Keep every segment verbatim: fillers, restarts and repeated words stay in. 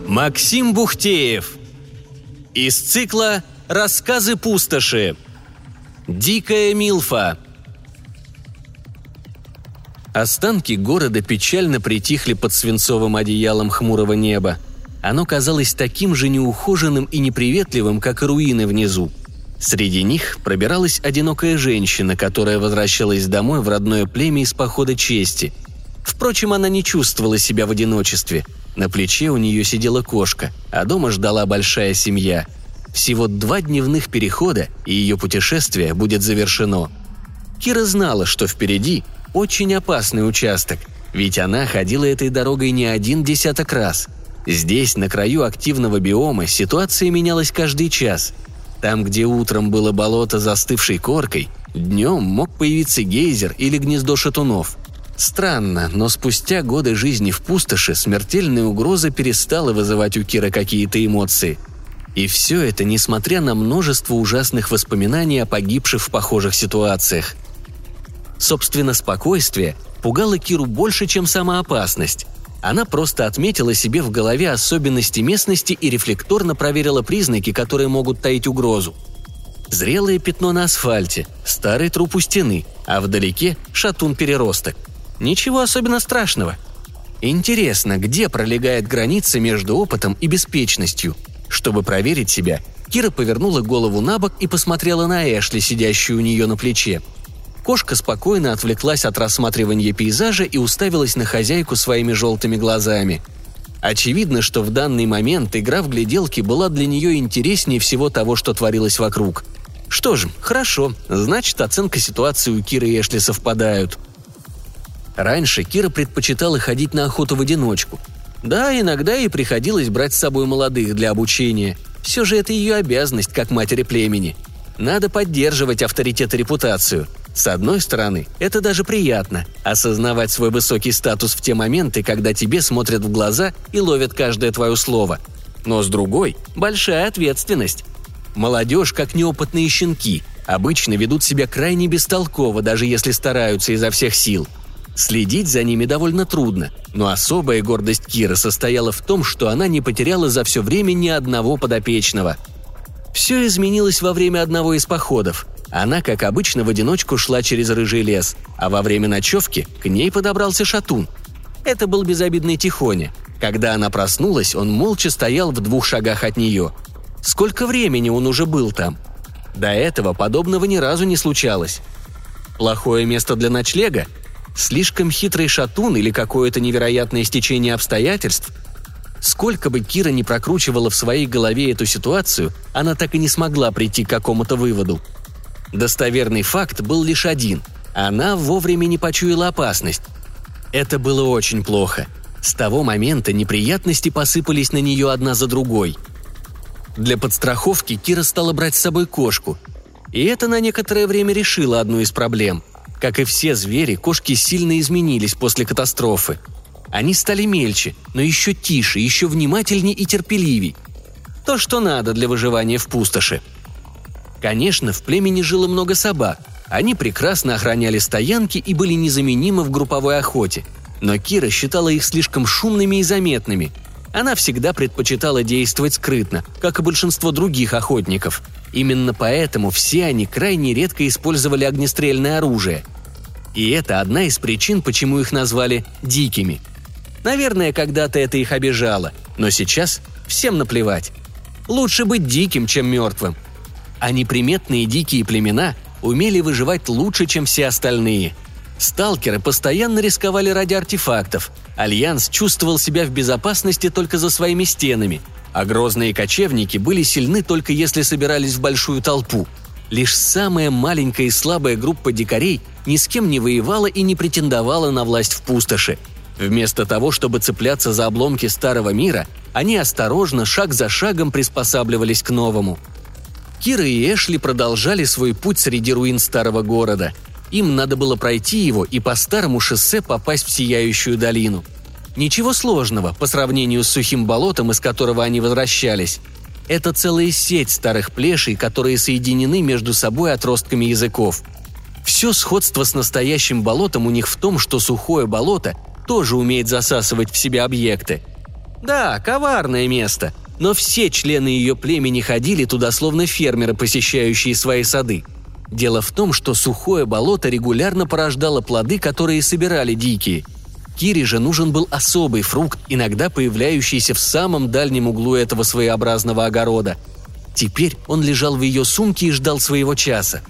Максим Бухтеев. Из цикла «Рассказы пустоши». Дикая Милфа. Останки города печально притихли под свинцовым одеялом хмурого неба. Оно казалось таким же неухоженным и неприветливым, как и руины внизу. Среди них пробиралась одинокая женщина, которая возвращалась домой в родное племя из похода чести. Впрочем, она не чувствовала себя в одиночестве. На плече у нее сидела кошка, а дома ждала большая семья. Всего два дневных перехода, и ее путешествие будет завершено. Кира знала, что впереди очень опасный участок, ведь она ходила этой дорогой не один десяток раз. Здесь, на краю активного биома, ситуация менялась каждый час. Там, где утром было болото с застывшей коркой, днем мог появиться гейзер или гнездо шатунов. Странно, но спустя годы жизни в пустоши смертельная угроза перестала вызывать у Киры какие-то эмоции. И все это несмотря на множество ужасных воспоминаний о погибших в похожих ситуациях. Собственно, спокойствие пугало Киру больше, чем сама опасность. Она просто отметила себе в голове особенности местности и рефлекторно проверила признаки, которые могут таить угрозу. Зрелое пятно на асфальте, старый труп у стены, а вдалеке шатун-переросток. Ничего особенно страшного. Интересно, где пролегает граница между опытом и беспечностью? Чтобы проверить себя, Кира повернула голову на бок и посмотрела на Эшли, сидящую у нее на плече. Кошка спокойно отвлеклась от рассматривания пейзажа и уставилась на хозяйку своими желтыми глазами. Очевидно, что в данный момент игра в гляделки была для нее интереснее всего того, что творилось вокруг. Что ж, хорошо, значит, оценка ситуации у Киры и Эшли совпадают. Раньше Кира предпочитала ходить на охоту в одиночку. Да, иногда ей приходилось брать с собой молодых для обучения. Все же это ее обязанность, как матери племени. Надо поддерживать авторитет и репутацию. С одной стороны, это даже приятно – осознавать свой высокий статус в те моменты, когда тебе смотрят в глаза и ловят каждое твое слово. Но с другой – большая ответственность. Молодежь, как неопытные щенки, обычно ведут себя крайне бестолково, даже если стараются изо всех сил. Следить за ними довольно трудно, но особая гордость Киры состояла в том, что она не потеряла за все время ни одного подопечного. Все изменилось во время одного из походов. Она, как обычно, в одиночку шла через рыжий лес, а во время ночевки к ней подобрался шатун. Это был безобидный Тихоня. Когда она проснулась, он молча стоял в двух шагах от нее. Сколько времени он уже был там? До этого подобного ни разу не случалось. Плохое место для ночлега? Слишком хитрый шатун или какое-то невероятное стечение обстоятельств? Сколько бы Кира ни прокручивала в своей голове эту ситуацию, она так и не смогла прийти к какому-то выводу. Достоверный факт был лишь один – она вовремя не почуяла опасность. Это было очень плохо. С того момента неприятности посыпались на нее одна за другой. Для подстраховки Кира стала брать с собой кошку. И это на некоторое время решило одну из проблем. Как и все звери, кошки сильно изменились после катастрофы. Они стали мельче, но еще тише, еще внимательнее и терпеливей. То, что надо для выживания в пустоши. Конечно, в племени жило много собак. Они прекрасно охраняли стоянки и были незаменимы в групповой охоте. Но Кира считала их слишком шумными и заметными. Она всегда предпочитала действовать скрытно, как и большинство других охотников. Именно поэтому все они крайне редко использовали огнестрельное оружие. И это одна из причин, почему их назвали «дикими». Наверное, когда-то это их обижало, но сейчас всем наплевать. Лучше быть диким, чем мертвым. А неприметные дикие племена умели выживать лучше, чем все остальные. Сталкеры постоянно рисковали ради артефактов. Альянс чувствовал себя в безопасности только за своими стенами, а грозные кочевники были сильны только если собирались в большую толпу. Лишь самая маленькая и слабая группа дикарей ни с кем не воевала и не претендовала на власть в пустоши. Вместо того, чтобы цепляться за обломки старого мира, они осторожно, шаг за шагом приспосабливались к новому. Кира и Эшли продолжали свой путь среди руин старого города. Им надо было пройти его и по старому шоссе попасть в Сияющую долину. Ничего сложного по сравнению с сухим болотом, из которого они возвращались. Это целая сеть старых плешей, которые соединены между собой отростками языков. Все сходство с настоящим болотом у них в том, что сухое болото тоже умеет засасывать в себя объекты. Да, коварное место, но все члены ее племени ходили туда словно фермеры, посещающие свои сады. Дело в том, что сухое болото регулярно порождало плоды, которые собирали дикие. Кире же нужен был особый фрукт, иногда появляющийся в самом дальнем углу этого своеобразного огорода. Теперь он лежал в ее сумке и ждал своего часа.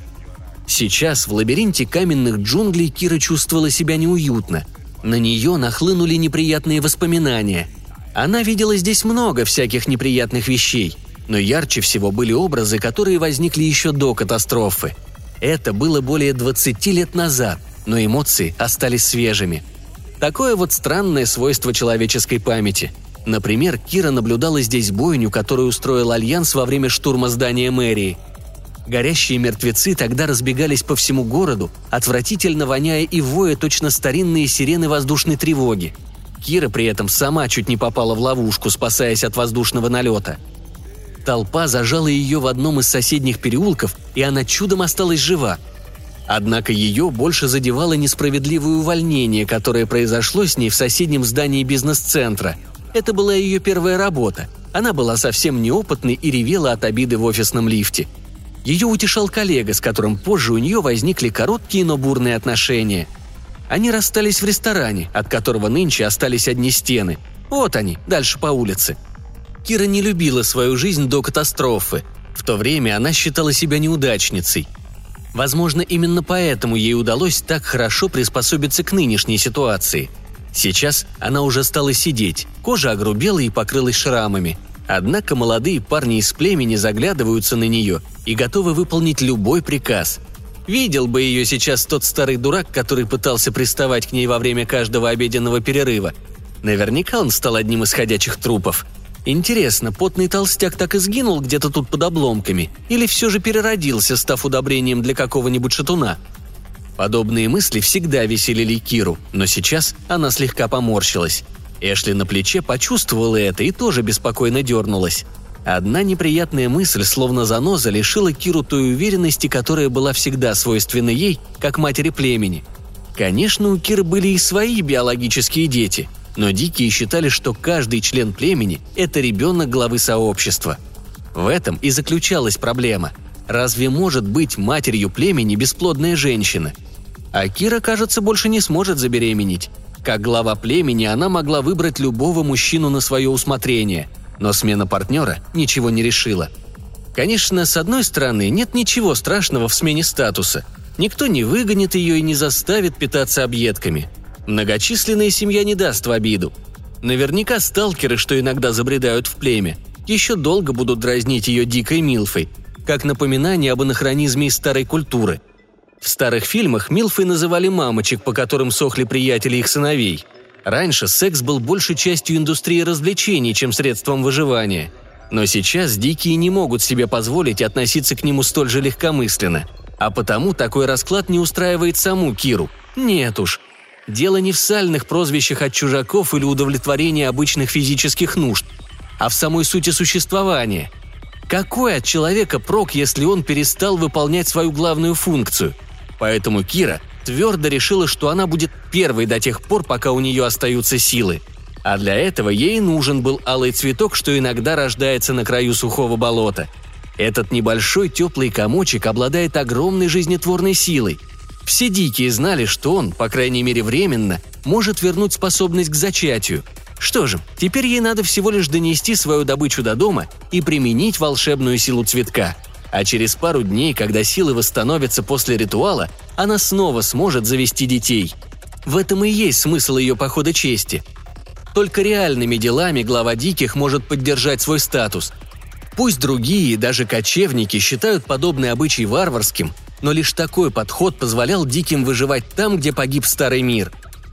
Сейчас в лабиринте каменных джунглей Кира чувствовала себя неуютно. На нее нахлынули неприятные воспоминания. Она видела здесь много всяких неприятных вещей, но ярче всего были образы, которые возникли еще до катастрофы. Это было более двадцати лет назад, но эмоции остались свежими. Такое вот странное свойство человеческой памяти. Например, Кира наблюдала здесь бойню, которую устроил Альянс во время штурма здания мэрии. Горящие мертвецы тогда разбегались по всему городу, отвратительно воняя и воя точно старинные сирены воздушной тревоги. Кира при этом сама чуть не попала в ловушку, спасаясь от воздушного налета. Толпа зажала ее в одном из соседних переулков, и она чудом осталась жива. Однако ее больше задевало несправедливое увольнение, которое произошло с ней в соседнем здании бизнес-центра. Это была ее первая работа. Она была совсем неопытной и ревела от обиды в офисном лифте. Ее утешал коллега, с которым позже у нее возникли короткие, но бурные отношения. Они расстались в ресторане, от которого нынче остались одни стены. Вот они, дальше по улице. Кира не любила свою жизнь до катастрофы. В то время она считала себя неудачницей. Возможно, именно поэтому ей удалось так хорошо приспособиться к нынешней ситуации. Сейчас она уже стала сидеть, кожа огрубела и покрылась шрамами. Однако молодые парни из племени заглядываются на нее и готовы выполнить любой приказ. Видел бы ее сейчас тот старый дурак, который пытался приставать к ней во время каждого обеденного перерыва. Наверняка он стал одним из ходячих трупов. Интересно, потный толстяк так и сгинул где-то тут под обломками, или все же переродился, став удобрением для какого-нибудь шатуна? Подобные мысли всегда веселили Киру, но сейчас она слегка поморщилась. Эшли на плече почувствовала это и тоже беспокойно дернулась. Одна неприятная мысль, словно заноза, лишила Киру той уверенности, которая была всегда свойственна ей, как матери племени. Конечно, у Киры были и свои биологические дети, но дикие считали, что каждый член племени – это ребенок главы сообщества. В этом и заключалась проблема. Разве может быть матерью племени бесплодная женщина? А Кира, кажется, больше не сможет забеременеть. Как глава племени она могла выбрать любого мужчину на свое усмотрение, но смена партнера ничего не решила. Конечно, с одной стороны, нет ничего страшного в смене статуса. Никто не выгонит ее и не заставит питаться объедками. Многочисленная семья не даст в обиду. Наверняка сталкеры, что иногда забредают в племя, еще долго будут дразнить ее дикой милфой, как напоминание об анахронизме из старой культуры. В старых фильмах милфой называли мамочек, по которым сохли приятели их сыновей. Раньше секс был большей частью индустрии развлечений, чем средством выживания. Но сейчас дикие не могут себе позволить относиться к нему столь же легкомысленно. А потому такой расклад не устраивает саму Киру. Нет уж. Дело не в сальных прозвищах от чужаков или удовлетворении обычных физических нужд, а в самой сути существования. Какой от человека прок, если он перестал выполнять свою главную функцию? Поэтому Кира твердо решила, что она будет первой до тех пор, пока у нее остаются силы. А для этого ей нужен был алый цветок, что иногда рождается на краю сухого болота. Этот небольшой теплый комочек обладает огромной жизнетворной силой. Все дикие знали, что он, по крайней мере временно, может вернуть способность к зачатию. Что же, теперь ей надо всего лишь донести свою добычу до дома и применить волшебную силу цветка. А через пару дней, когда силы восстановятся после ритуала, она снова сможет завести детей. В этом и есть смысл ее похода чести. Только реальными делами глава диких может поддержать свой статус. Пусть другие, даже кочевники, считают подобный обычай варварским, но лишь такой подход позволял диким выживать там, где погиб старый мир.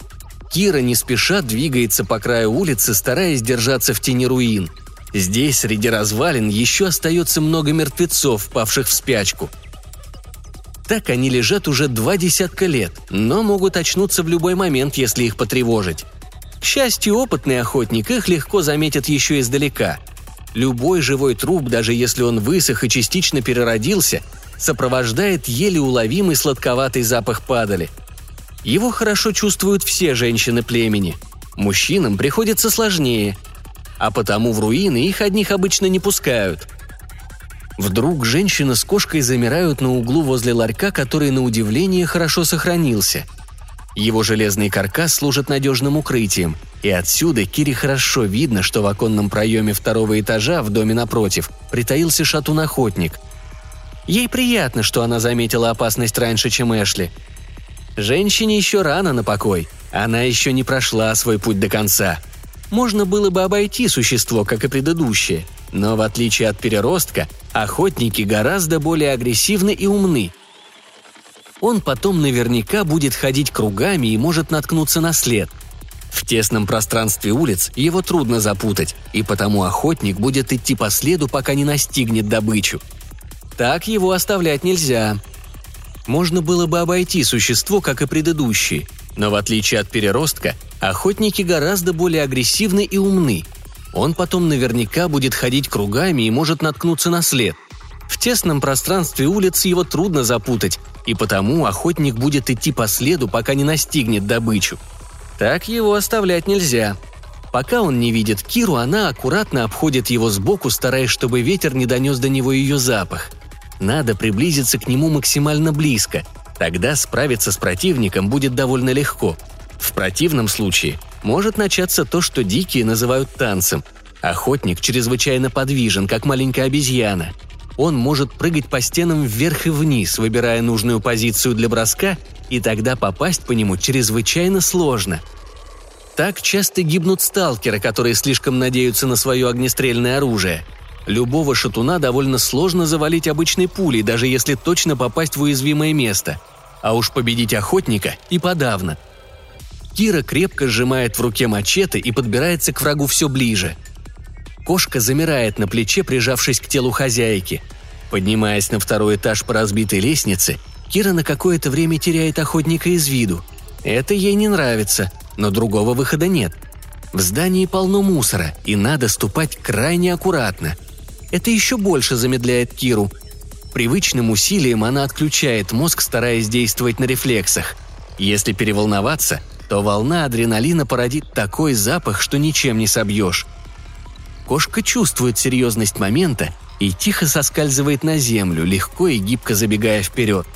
Кира не спеша двигается по краю улицы, стараясь держаться в тени руин. Здесь, среди развалин, еще остается много мертвецов, впавших в спячку. Так они лежат уже два десятка лет, но могут очнуться в любой момент, если их потревожить. К счастью, опытный охотник их легко заметит еще издалека. Любой живой труп, даже если он высох и частично переродился, сопровождает еле уловимый сладковатый запах падали. Его хорошо чувствуют все женщины племени. Мужчинам приходится сложнее. а потому в руины их одних обычно не пускают. Вдруг женщина с кошкой замирают на углу возле ларька, который, на удивление, хорошо сохранился. Его железный каркас служит надежным укрытием, и отсюда Кире хорошо видно, что в оконном проеме второго этажа в доме напротив притаился шатун-охотник. Ей приятно, что она заметила опасность раньше, чем Эшли. Женщине еще рано на покой, она еще не прошла свой путь до конца. Можно было бы обойти существо, как и предыдущее, но в отличие от переростка, охотники гораздо более агрессивны и умны. Он потом наверняка будет ходить кругами и может наткнуться на след. В тесном пространстве улиц его трудно запутать, и потому охотник будет идти по следу, пока не настигнет добычу. Так его оставлять нельзя. Можно было бы обойти существо, как и предыдущие, но в отличие от переростка, охотники гораздо более агрессивны и умны. Он потом наверняка будет ходить кругами и может наткнуться на след. В тесном пространстве улиц его трудно запутать, и потому охотник будет идти по следу, пока не настигнет добычу. Так его оставлять нельзя. Пока он не видит Киру, она аккуратно обходит его сбоку, стараясь, чтобы ветер не донес до него ее запах. Надо приблизиться к нему максимально близко, тогда справиться с противником будет довольно легко. В противном случае может начаться то, что дикие называют танцем. Охотник чрезвычайно подвижен, как маленькая обезьяна. Он может прыгать по стенам вверх и вниз, выбирая нужную позицию для броска, и тогда попасть по нему чрезвычайно сложно. Так часто гибнут сталкеры, которые слишком надеются на свое огнестрельное оружие. Любого шатуна довольно сложно завалить обычной пулей, даже если точно попасть в уязвимое место. А уж победить охотника и подавно. Кира крепко сжимает в руке мачете и подбирается к врагу все ближе. Кошка замирает на плече, прижавшись к телу хозяйки. Поднимаясь на второй этаж по разбитой лестнице, Кира на какое-то время теряет охотника из виду. Это ей не нравится, но другого выхода нет. В здании полно мусора, и надо ступать крайне аккуратно. Это еще больше замедляет Киру. Привычным усилием она отключает мозг, стараясь действовать на рефлексах. Если переволноваться, то волна адреналина породит такой запах, что ничем не собьешь. Кошка чувствует серьезность момента и тихо соскальзывает на землю, легко и гибко забегая вперед.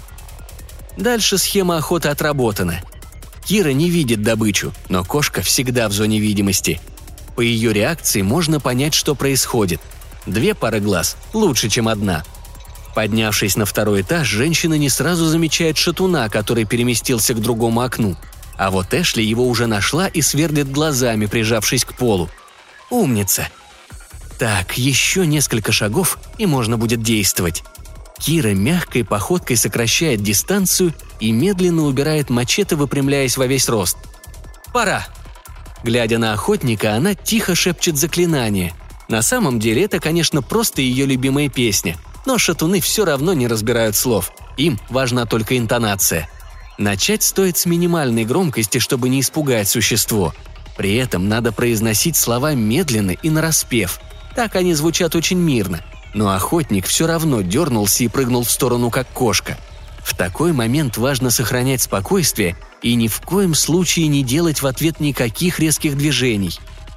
Дальше схема охоты отработана. Кира не видит добычу, но кошка всегда в зоне видимости. По ее реакции можно понять, что происходит. Две пары глаз лучше, чем одна. Поднявшись на второй этаж, женщина не сразу замечает шатуна, который переместился к другому окну. А вот Эшли его уже нашла и сверлит глазами, прижавшись к полу. Умница. Так, еще несколько шагов, и можно будет действовать. Кира мягкой походкой сокращает дистанцию и медленно убирает мачете, выпрямляясь во весь рост. «Пора!» Глядя на охотника, она тихо шепчет заклинание. На самом деле это, конечно, просто ее любимая песня, но шатуны все равно не разбирают слов. Им важна только интонация. Начать стоит с минимальной громкости, чтобы не испугать существо. При этом надо произносить слова медленно и нараспев. Так они звучат очень мирно. Но охотник все равно дернулся и прыгнул в сторону, как кошка. В такой момент важно сохранять спокойствие и ни в коем случае не делать в ответ никаких резких движений.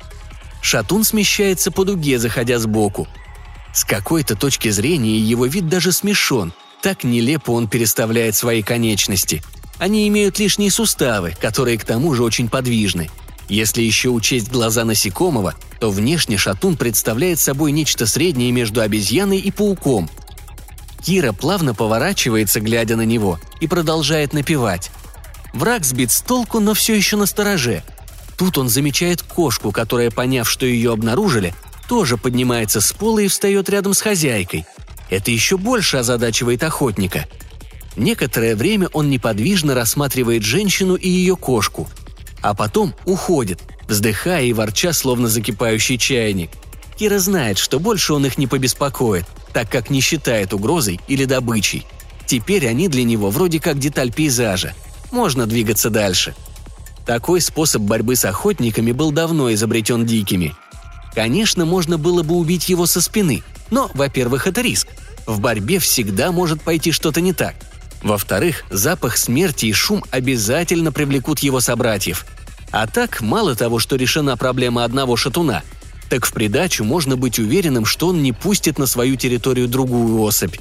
Шатун смещается по дуге, заходя сбоку. С какой-то точки зрения его вид даже смешон. Так нелепо он переставляет свои конечности. Они имеют лишние суставы, которые к тому же очень подвижны. Если еще учесть глаза насекомого, то внешне шатун представляет собой нечто среднее между обезьяной и пауком. Кира плавно поворачивается, глядя на него, и продолжает напевать. Враг сбит с толку, но все еще настороже. Тут он замечает кошку, которая, поняв, что ее обнаружили, тоже поднимается с пола и встает рядом с хозяйкой. Это еще больше озадачивает охотника. Некоторое время он неподвижно рассматривает женщину и ее кошку, а потом уходит, вздыхая и ворча, словно закипающий чайник. Кира знает, что больше он их не побеспокоит, так как не считает угрозой или добычей. Теперь они для него вроде как деталь пейзажа. Можно двигаться дальше. Такой способ борьбы с охотниками был давно изобретен дикими. Конечно, можно было бы убить его со спины, но, во-первых, это риск. В борьбе всегда может пойти что-то не так. Во-вторых, запах смерти и шум обязательно привлекут его собратьев. А так, мало того, что решена проблема одного шатуна, так в придачу можно быть уверенным, что он не пустит на свою территорию другую особь.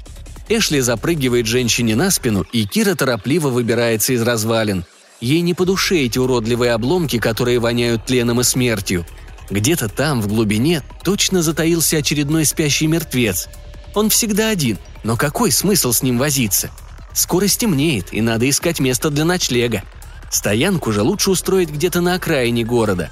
Эшли запрыгивает женщине на спину, и Кира торопливо выбирается из развалин. Ей не по душе эти уродливые обломки, которые воняют тленом и смертью. Где-то там, в глубине, точно затаился очередной спящий мертвец. Он всегда один, но какой смысл с ним возиться? Скоро стемнеет, и надо искать место для ночлега. Стоянку же лучше устроить где-то на окраине города.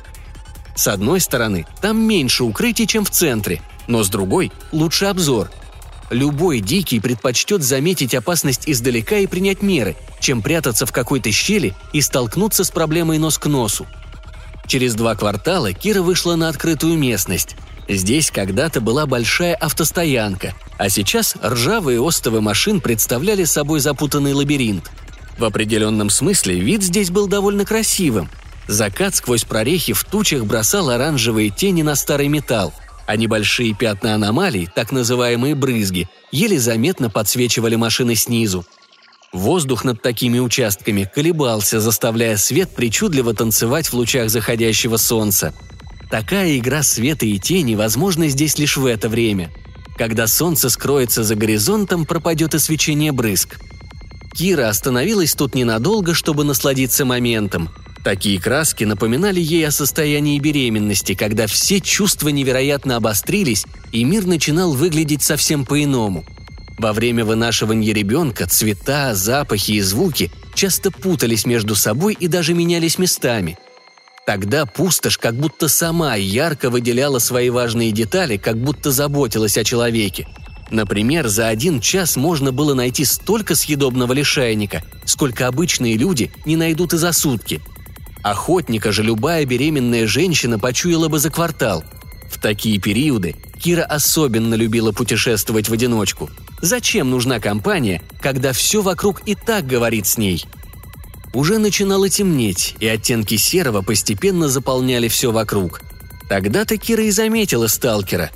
С одной стороны, там меньше укрытий, чем в центре, но с другой – лучше обзор. Любой дикий предпочтет заметить опасность издалека и принять меры, чем прятаться в какой-то щели и столкнуться с проблемой нос к носу. Через два квартала Кира вышла на открытую местность. Здесь когда-то была большая автостоянка, а сейчас ржавые остовы машин представляли собой запутанный лабиринт. В определенном смысле вид здесь был довольно красивым. Закат сквозь прорехи в тучах бросал оранжевые тени на старый металл, а небольшие пятна аномалий, так называемые брызги, еле заметно подсвечивали машины снизу. Воздух над такими участками колебался, заставляя свет причудливо танцевать в лучах заходящего солнца. Такая игра света и тени возможна здесь лишь в это время. Когда солнце скроется за горизонтом, пропадет и свечение брызг. Кира остановилась тут ненадолго, чтобы насладиться моментом. Такие краски напоминали ей о состоянии беременности, когда все чувства невероятно обострились, и мир начинал выглядеть совсем по-иному. Во время вынашивания ребенка цвета, запахи и звуки часто путались между собой и даже менялись местами. Тогда пустошь как будто сама ярко выделяла свои важные детали, как будто заботилась о человеке. Например, за один час можно было найти столько съедобного лишайника, сколько обычные люди не найдут и за сутки. Охотника же любая беременная женщина почуяла бы за квартал. В такие периоды Кира особенно любила путешествовать в одиночку. Зачем нужна компания, когда все вокруг и так говорит с ней? Уже начинало темнеть, и оттенки серого постепенно заполняли все вокруг. Тогда-то Кира и заметила сталкера.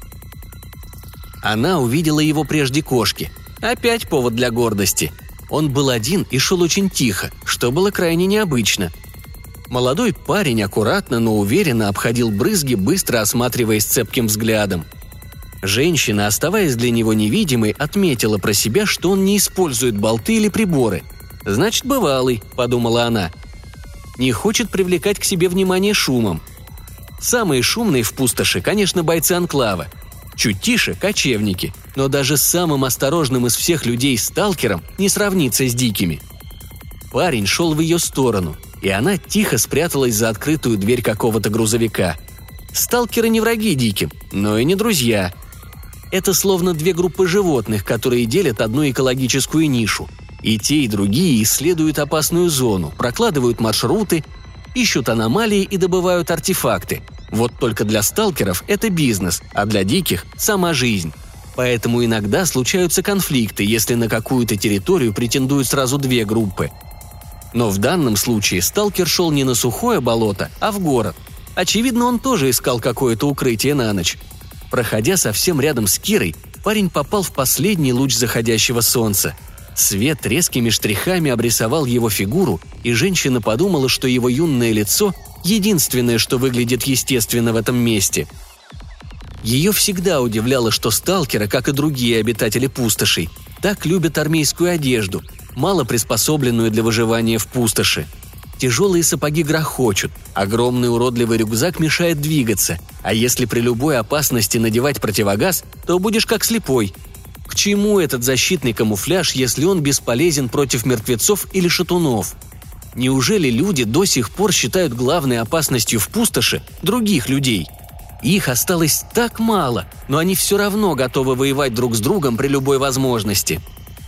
Она увидела его прежде кошки. Опять повод для гордости. Он был один и шел очень тихо, что было крайне необычно. Молодой парень аккуратно, но уверенно обходил брызги, быстро осматриваясь цепким взглядом. Женщина, оставаясь для него невидимой, отметила про себя, что он не использует болты или приборы. «Значит, бывалый», — подумала она. Не хочет привлекать к себе внимание шумом. Самые шумные в пустоши, конечно, бойцы анклава. Чуть тише – кочевники, но даже самым осторожным из всех людей сталкером не сравнится с дикими. Парень шел в ее сторону, и она тихо спряталась за открытую дверь какого-то грузовика. Сталкеры не враги диким, но и не друзья. Это словно две группы животных, которые делят одну экологическую нишу. И те, и другие исследуют опасную зону, прокладывают маршруты, ищут аномалии и добывают артефакты. Вот только для сталкеров это бизнес, а для диких – сама жизнь. Поэтому иногда случаются конфликты, если на какую-то территорию претендуют сразу две группы. Но в данном случае сталкер шел не на сухое болото, а в город. Очевидно, он тоже искал какое-то укрытие на ночь. Проходя совсем рядом с Кирой, парень попал в последний луч заходящего солнца. Свет резкими штрихами обрисовал его фигуру, и женщина подумала, что его юное лицо – единственное, что выглядит естественно в этом месте. Ее всегда удивляло, что сталкеры, как и другие обитатели пустошей, так любят армейскую одежду, мало приспособленную для выживания в пустоши. Тяжелые сапоги грохочут, огромный уродливый рюкзак мешает двигаться, а если при любой опасности надевать противогаз, то будешь как слепой. К чему этот защитный камуфляж, если он бесполезен против мертвецов или шатунов? Неужели люди до сих пор считают главной опасностью в пустоши других людей? Их осталось так мало, но они все равно готовы воевать друг с другом при любой возможности.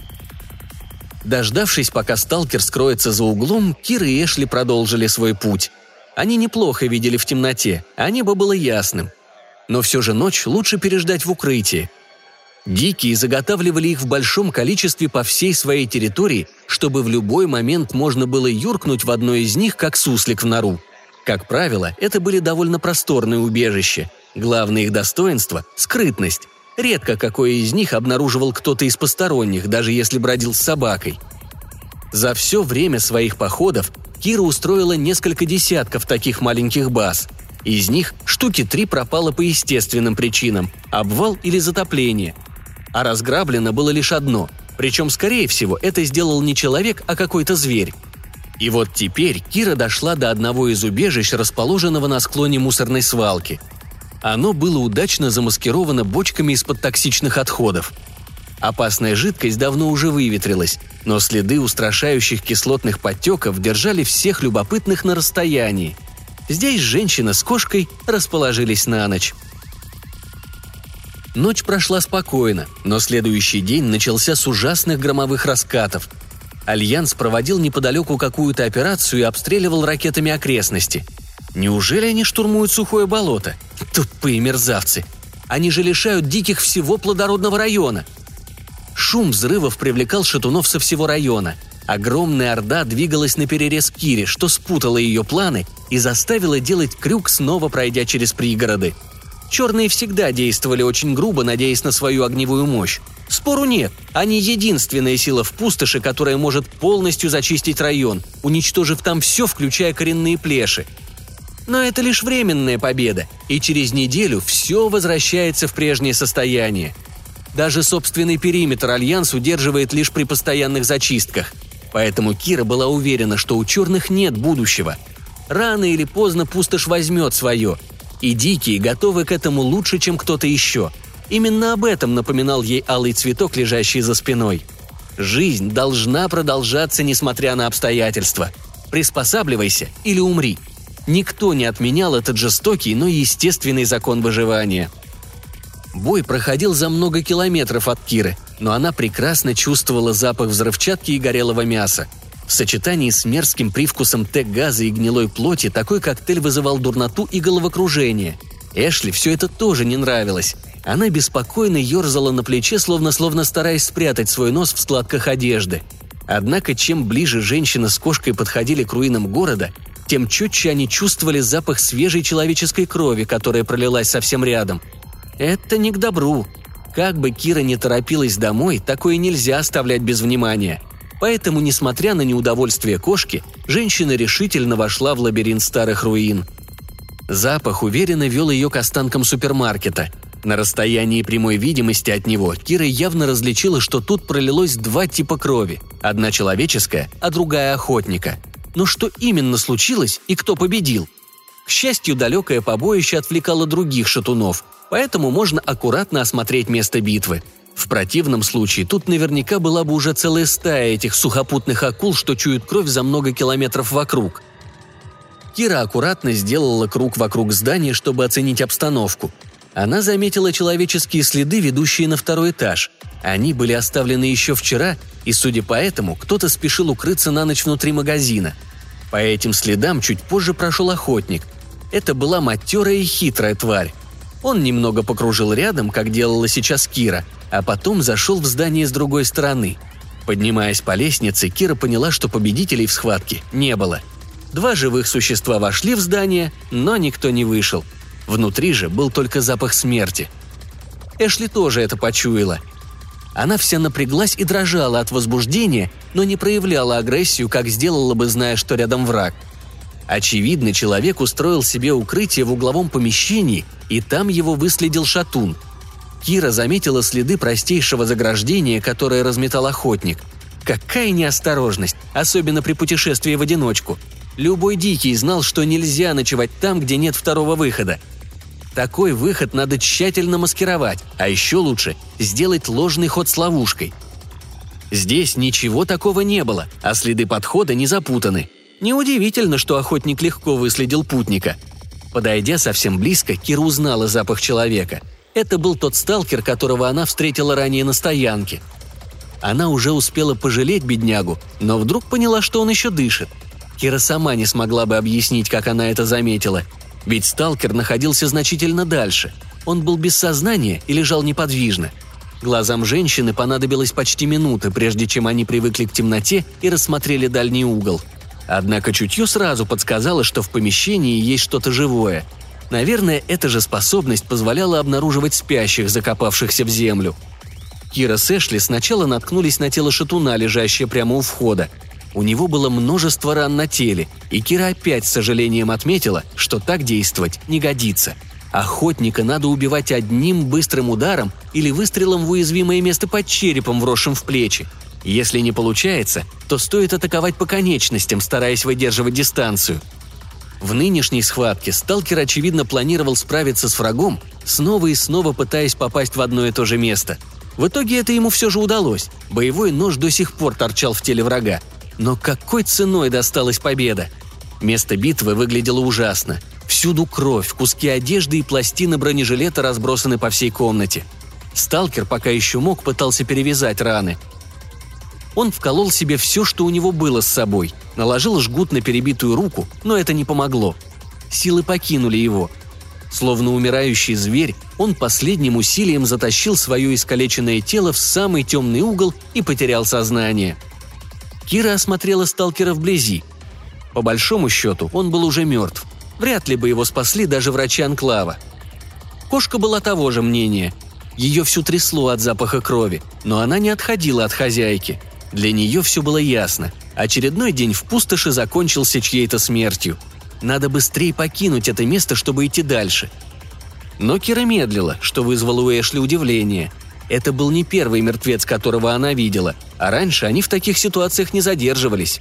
Дождавшись, пока сталкер скроется за углом, Кира и Эшли продолжили свой путь. Они неплохо видели в темноте, а небо было ясным. Но все же ночь лучше переждать в укрытии. Дикие заготавливали их в большом количестве по всей своей территории, чтобы в любой момент можно было юркнуть в одно из них, как суслик в нору. Как правило, это были довольно просторные убежища. Главное их достоинство – скрытность. Редко какой из них обнаруживал кто-то из посторонних, даже если бродил с собакой. За все время своих походов Кира устроила несколько десятков таких маленьких баз. Из них штуки три пропало по естественным причинам – обвал или затопление. А разграблено было лишь одно, причем, скорее всего, это сделал не человек, а какой-то зверь. И вот теперь Кира дошла до одного из убежищ, расположенного на склоне мусорной свалки. Оно было удачно замаскировано бочками из-под токсичных отходов. Опасная жидкость давно уже выветрилась, но следы устрашающих кислотных подтеков держали всех любопытных на расстоянии. Здесь женщина с кошкой расположились на ночь. Ночь прошла спокойно, но следующий день начался с ужасных громовых раскатов. Альянс проводил неподалеку какую-то операцию и обстреливал ракетами окрестности. Неужели они штурмуют сухое болото? Тупые мерзавцы! Они же лишают диких всего плодородного района. Шум взрывов привлекал шатунов со всего района. Огромная орда двигалась наперерез Кире, что спутало ее планы и заставило делать крюк, снова пройдя через пригороды. Черные всегда действовали очень грубо, надеясь на свою огневую мощь. Спору нет, они единственная сила в пустоши, которая может полностью зачистить район, уничтожив там все, включая коренные плеши. Но это лишь временная победа, и через неделю все возвращается в прежнее состояние. Даже собственный периметр Альянс удерживает лишь при постоянных зачистках. Поэтому Кира была уверена, что у черных нет будущего. Рано или поздно пустошь возьмет свое. И дикие готовы к этому лучше, чем кто-то еще. Именно об этом напоминал ей алый цветок, лежащий за спиной. Жизнь должна продолжаться, несмотря на обстоятельства. Приспосабливайся или умри. Никто не отменял этот жестокий, но естественный закон выживания. Бой проходил за много километров от Киры, но она прекрасно чувствовала запах взрывчатки и горелого мяса. В сочетании с мерзким привкусом Т-газа и гнилой плоти такой коктейль вызывал дурноту и головокружение. Эшли все это тоже не нравилось. Она беспокойно ерзала на плече, словно словно стараясь спрятать свой нос в складках одежды. Однако чем ближе женщина с кошкой подходили к руинам города, тем четче они чувствовали запах свежей человеческой крови, которая пролилась совсем рядом. Это не к добру. Как бы Кира не торопилась домой, такое нельзя оставлять без внимания. Поэтому, несмотря на неудовольствие кошки, женщина решительно вошла в лабиринт старых руин. Запах уверенно вел ее к останкам супермаркета. На расстоянии прямой видимости от него Кира явно различила, что тут пролилось два типа крови. Одна человеческая, а другая охотника. Но что именно случилось и кто победил? К счастью, далекое побоище отвлекало других шатунов, поэтому можно аккуратно осмотреть место битвы. В противном случае тут наверняка была бы уже целая стая этих сухопутных акул, что чуют кровь за много километров вокруг. Кира аккуратно сделала круг вокруг здания, чтобы оценить обстановку. Она заметила человеческие следы, ведущие на второй этаж. Они были оставлены еще вчера, и, судя по этому, кто-то спешил укрыться на ночь внутри магазина. По этим следам чуть позже прошел охотник. Это была матерая и хитрая тварь. Он немного покружил рядом, как делала сейчас Кира, а потом зашел в здание с другой стороны. Поднимаясь по лестнице, Кира поняла, что победителей в схватке не было. Два живых существа вошли в здание, но никто не вышел. Внутри же был только запах смерти. Эшли тоже это почуяла. Она вся напряглась и дрожала от возбуждения, но не проявляла агрессию, как сделала бы, зная, что рядом враг. Очевидно, человек устроил себе укрытие в угловом помещении, и там его выследил шатун. Кира заметила следы простейшего заграждения, которое разметал охотник. Какая неосторожность, особенно при путешествии в одиночку. Любой дикий знал, что нельзя ночевать там, где нет второго выхода. Такой выход надо тщательно маскировать, а еще лучше сделать ложный ход с ловушкой. Здесь ничего такого не было, а следы подхода не запутаны. Неудивительно, что охотник легко выследил путника. Подойдя совсем близко, Кира узнала запах человека. Это был тот сталкер, которого она встретила ранее на стоянке. Она уже успела пожалеть беднягу, но вдруг поняла, что он еще дышит. Кира сама не смогла бы объяснить, как она это заметила. Ведь сталкер находился значительно дальше. Он был без сознания и лежал неподвижно. Глазам женщины понадобилось почти минута, прежде чем они привыкли к темноте и рассмотрели дальний угол. Однако чутье сразу подсказало, что в помещении есть что-то живое. Наверное, эта же способность позволяла обнаруживать спящих, закопавшихся в землю. Кира с Эшли сначала наткнулись на тело шатуна, лежащее прямо у входа. У него было множество ран на теле, и Кира опять с сожалением отметила, что так действовать не годится. Охотника надо убивать одним быстрым ударом или выстрелом в уязвимое место под черепом, вросшим в плечи. Если не получается, то стоит атаковать по конечностям, стараясь выдерживать дистанцию. В нынешней схватке сталкер, очевидно, планировал справиться с врагом, снова и снова пытаясь попасть в одно и то же место. В итоге это ему все же удалось. Боевой нож до сих пор торчал в теле врага. Но какой ценой досталась победа? Место битвы выглядело ужасно. Всюду кровь, куски одежды и пластины бронежилета разбросаны по всей комнате. Сталкер, пока еще мог, пытался перевязать раны. Он вколол себе все, что у него было с собой, наложил жгут на перебитую руку, но это не помогло. Силы покинули его. Словно умирающий зверь, он последним усилием затащил свое искалеченное тело в самый темный угол и потерял сознание. Кира осмотрела сталкера вблизи. По большому счету, он был уже мертв. Вряд ли бы его спасли даже врачи анклава. Кошка была того же мнения. Ее всю трясло от запаха крови, но она не отходила от хозяйки. Для нее все было ясно. Очередной день в пустоши закончился чьей-то смертью. Надо быстрее покинуть это место, чтобы идти дальше. Но Кира медлила, что вызвало у Эшли удивление. Это был не первый мертвец, которого она видела, а раньше они в таких ситуациях не задерживались.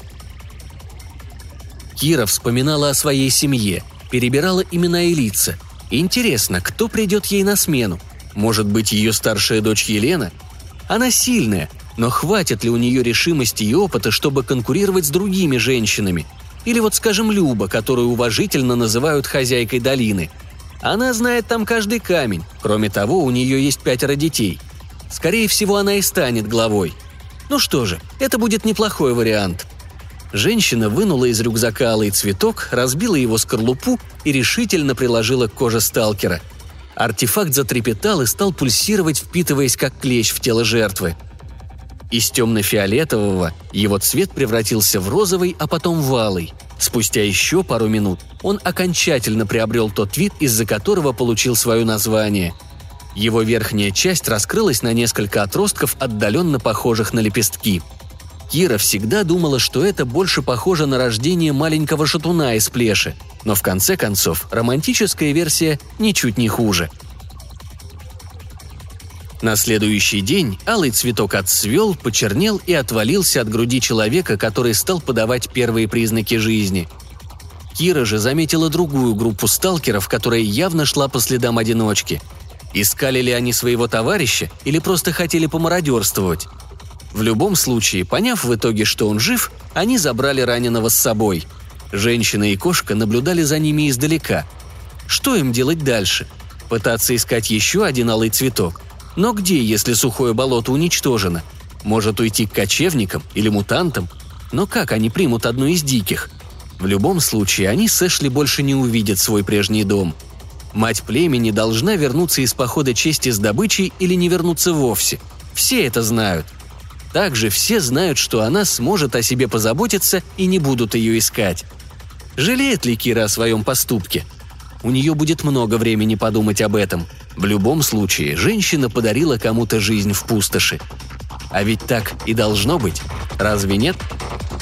Кира вспоминала о своей семье, перебирала имена и лица. Интересно, кто придет ей на смену? Может быть, ее старшая дочь Елена? Она сильная, но хватит ли у нее решимости и опыта, чтобы конкурировать с другими женщинами? Или вот, скажем, Люба, которую уважительно называют хозяйкой долины. Она знает там каждый камень. Кроме того, у нее есть пятеро детей. Скорее всего, она и станет главой. Ну что же, это будет неплохой вариант. Женщина вынула из рюкзака алый цветок, разбила его скорлупу и решительно приложила к коже сталкера. Артефакт затрепетал и стал пульсировать, впитываясь как клещ в тело жертвы. Из темно-фиолетового его цвет превратился в розовый, а потом в алый. Спустя еще пару минут он окончательно приобрел тот вид, из-за которого получил свое название. Его верхняя часть раскрылась на несколько отростков, отдаленно похожих на лепестки. Кира всегда думала, что это больше похоже на рождение маленького шатуна из плеши, но в конце концов романтическая версия ничуть не хуже. На следующий день алый цветок отцвел, почернел и отвалился от груди человека, который стал подавать первые признаки жизни. Кира же заметила другую группу сталкеров, которая явно шла по следам одиночки. Искали ли они своего товарища или просто хотели помародерствовать? В любом случае, поняв в итоге, что он жив, они забрали раненого с собой. Женщина и кошка наблюдали за ними издалека. Что им делать дальше? Пытаться искать еще один алый цветок? Но где, если сухое болото уничтожено? Может уйти к кочевникам или мутантам? Но как они примут одну из диких? В любом случае, они с Эшли больше не увидят свой прежний дом. Мать племени должна вернуться из похода чести с добычей или не вернуться вовсе. Все это знают. Также все знают, что она сможет о себе позаботиться и не будут ее искать. Жалеет ли Кира о своем поступке? У нее будет много времени подумать об этом. В любом случае, женщина подарила кому-то жизнь в пустоши. А ведь так и должно быть. Разве нет?